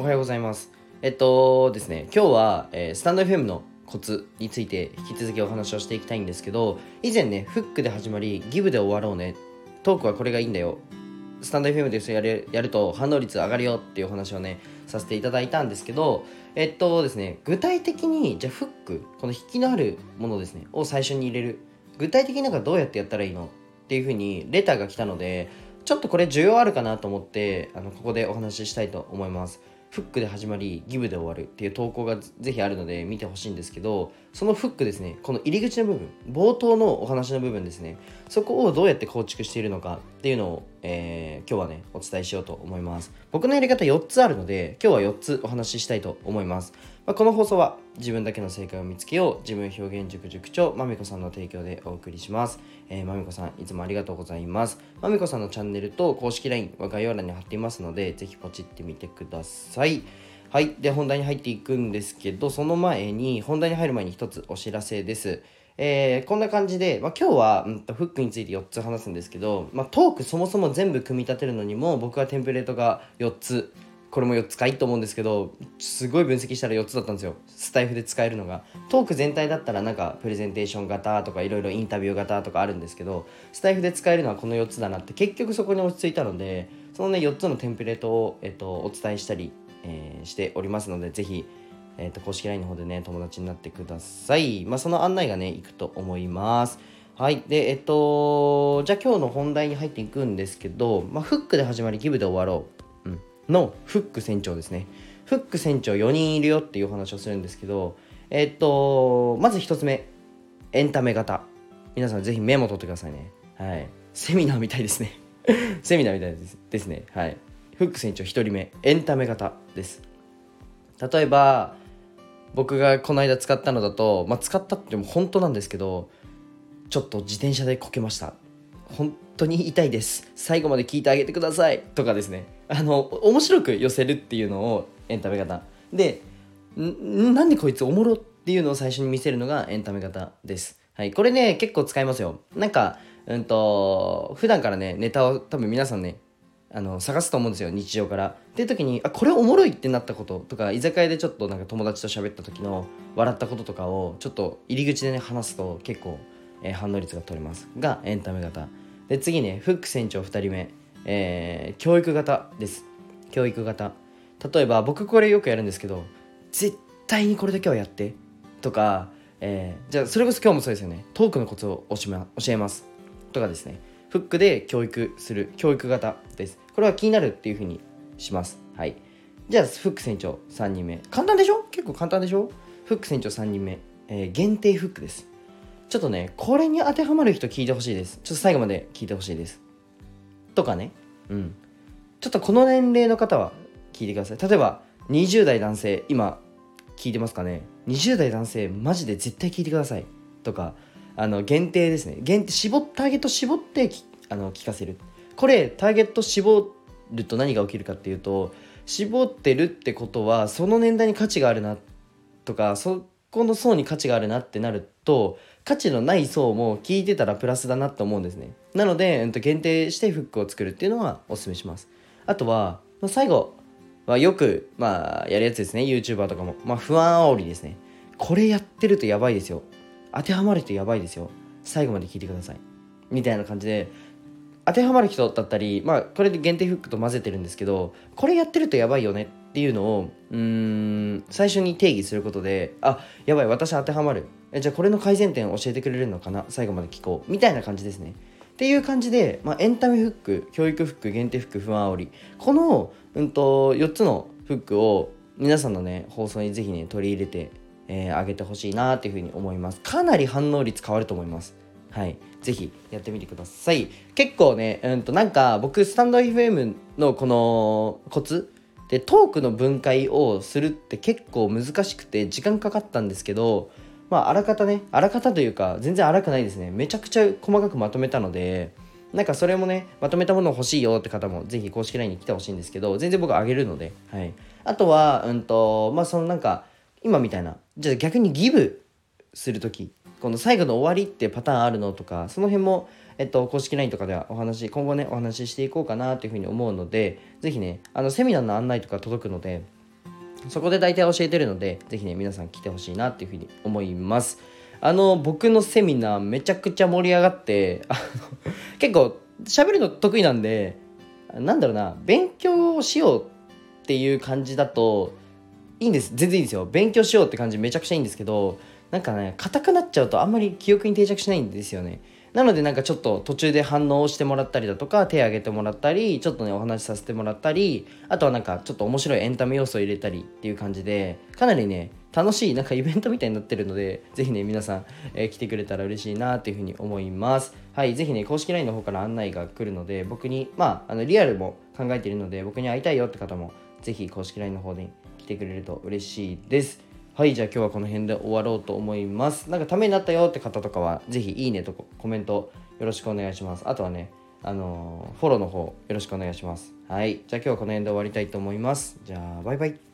おはようございます。ですね、今日は、スタンド FM のコツについて引き続きお話をしていきたいんですけど、以前ね、フックで始まり、ギブで終わろうね、トークはこれがいいんだよ、スタンド FM でやると反応率上がるよっていうお話をね、させていただいたんですけど、ですね、具体的に、じゃあフック、この引きのあるものですね、を最初に入れる。具体的になんかどうやってやったらいいのっていう風にレターが来たので、ちょっとこれ需要あるかなと思って、ここでお話ししたいと思います。フックで始まりギブで終わるっていう投稿がぜひあるので見てほしいんですけど、そのフックですね、この入り口の部分、冒頭のお話の部分ですね、そこをどうやって構築しているのかっていうのを、今日はねお伝えしようと思います。僕のやり方4つあるので、今日は4つお話ししたいと思います。この放送は自分だけの正解を見つけよう、自分表現塾塾長まみこさんの提供でお送りします。まみこさんいつもありがとうございます。まみこさんのチャンネルと公式 LINE は概要欄に貼っていますので、ぜひポチってみてください。はい。で、本題に入っていくんですけど、その前に、本題に入る前に一つお知らせです。こんな感じで、今日は、フックについて4つ話すんですけど、トークそもそも全部組み立てるのにも、僕はテンプレートが4つ、これも4つかいいと思うんですけど、すごい分析したら4つだったんですよ。スタイフで使えるのが。トーク全体だったらなんかプレゼンテーション型とかいろいろインタビュー型とかあるんですけど、スタイフで使えるのはこの4つだなって、結局そこに落ち着いたので、そのね4つのテンプレートを、お伝えしたり、しておりますので、ぜひ、公式 LINE の方でね友達になってください。その案内がねいくと思います。はい。で、じゃあ今日の本題に入っていくんですけど、フックで始まりギブで終わろう、のフック船長ですね。フック船長4人いるよっていうお話をするんですけど、まず1つ目、エンタメ型。皆さんぜひメモ取ってくださいね。はい。セミナーみたいですね。セミナーみたいですね。はい。フック船長1人目、エンタメ型です。例えば僕がこの間使ったのだと、使ったっても本当なんですけど、ちょっと自転車でこけました、本当に痛いです、最後まで聞いてあげてくださいとかですね、面白く寄せるっていうのをエンタメ型で、なんでこいつおもろっていうのを最初に見せるのがエンタメ型です。はい、これね結構使いますよ。なんか普段からねネタを多分皆さんね探すと思うんですよ、日常からっていう時に、これおもろいってなったこととか、居酒屋でちょっとなんか友達と喋った時の笑ったこととかをちょっと入り口でね話すと結構、反応率が取れますが、エンタメ型で、次ねフック船長2人目、教育型です。教育型、例えば僕これよくやるんですけど、絶対にこれだけはやってとか、じゃあそれこそ今日もそうですよね、トークのコツを教えますとかですね、フックで教育する教育型です。これは気になるっていう風にします。はい。じゃあフック船長3人目、簡単でしょ、結構簡単でしょ。フック船長3人目、限定フックです。ちょっとねこれに当てはまる人聞いてほしいです。ちょっと最後まで聞いてほしいですとかね。ちょっとこの年齢の方は聞いてください。例えば20代男性、今聞いてますかね。20代男性マジで絶対聞いてくださいとか、限定ですね。限定ターゲット絞って聞かせる。これターゲット絞ると何が起きるかっていうと、絞ってるってことはその年代に価値があるなとか、そこの層に価値があるなってなると、価値のない層も聞いてたらプラスだなと思うんですね。なので、限定してフックを作るっていうのはお勧めします。あとは最後はよくやるやつですね。 YouTuber とかも不安煽りですね。これやってるとやばいですよ、当てはまるとやばいですよ、最後まで聞いてくださいみたいな感じで、当てはまる人だったり、これで限定フックと混ぜてるんですけど、これやってるとやばいよねっていうのを最初に定義することで、やばい私当てはまる、じゃあこれの改善点を教えてくれるのかな、最後まで聞こうみたいな感じですね。っていう感じで、エンタメフック、教育フック、限定フック、不安煽り、この、4つのフックを皆さんのね放送にぜひね取り入れてあげてほしいなっていうふうに思います。かなり反応率変わると思います。はい、ぜひやってみてください。結構ね、なんか僕スタンド FM のこのコツでトークの分解をするって結構難しくて時間かかったんですけど、あらかたというか全然荒くないですね。めちゃくちゃ細かくまとめたので、なんかそれもねまとめたもの欲しいよって方もぜひ公式 LINE に来てほしいんですけど、全然僕あげるので、はい。あとはそのなんか今みたいな、じゃあ逆にギブするとき、この最後の終わりってパターンあるのとか、その辺も公式 LINE とかでは今後ねお話ししていこうかなというふうに思うので、ぜひねセミナーの案内とか届くので、 そこで大体教えてるので、ぜひね皆さん来てほしいなっていうふうに思います。僕のセミナーめちゃくちゃ盛り上がって結構喋るの得意なんで、なんだろうな、勉強をしようっていう感じだといいんです。全然いいんですよ。勉強しようって感じめちゃくちゃいいんですけど、なんかね硬くなっちゃうとあんまり記憶に定着しないんですよね。なのでなんかちょっと途中で反応をしてもらったりだとか、手を挙げてもらったり、ちょっとねお話しさせてもらったり、あとはなんかちょっと面白いエンタメ要素を入れたりっていう感じで、かなりね楽しいなんかイベントみたいになってるので、ぜひね皆さん、来てくれたら嬉しいなっていうふうに思います。はい、ぜひね公式 LINE の方から案内が来るので、僕にリアルも考えているので、僕に会いたいよって方もぜひ公式 LINE の方で来てくれると嬉しいです。はい、じゃあ今日はこの辺で終わろうと思います。なんかためになったよって方とかはぜひいいねとコメントよろしくお願いします。あとはねフォローの方よろしくお願いします。はい、じゃあ今日はこの辺で終わりたいと思います。じゃあバイバイ。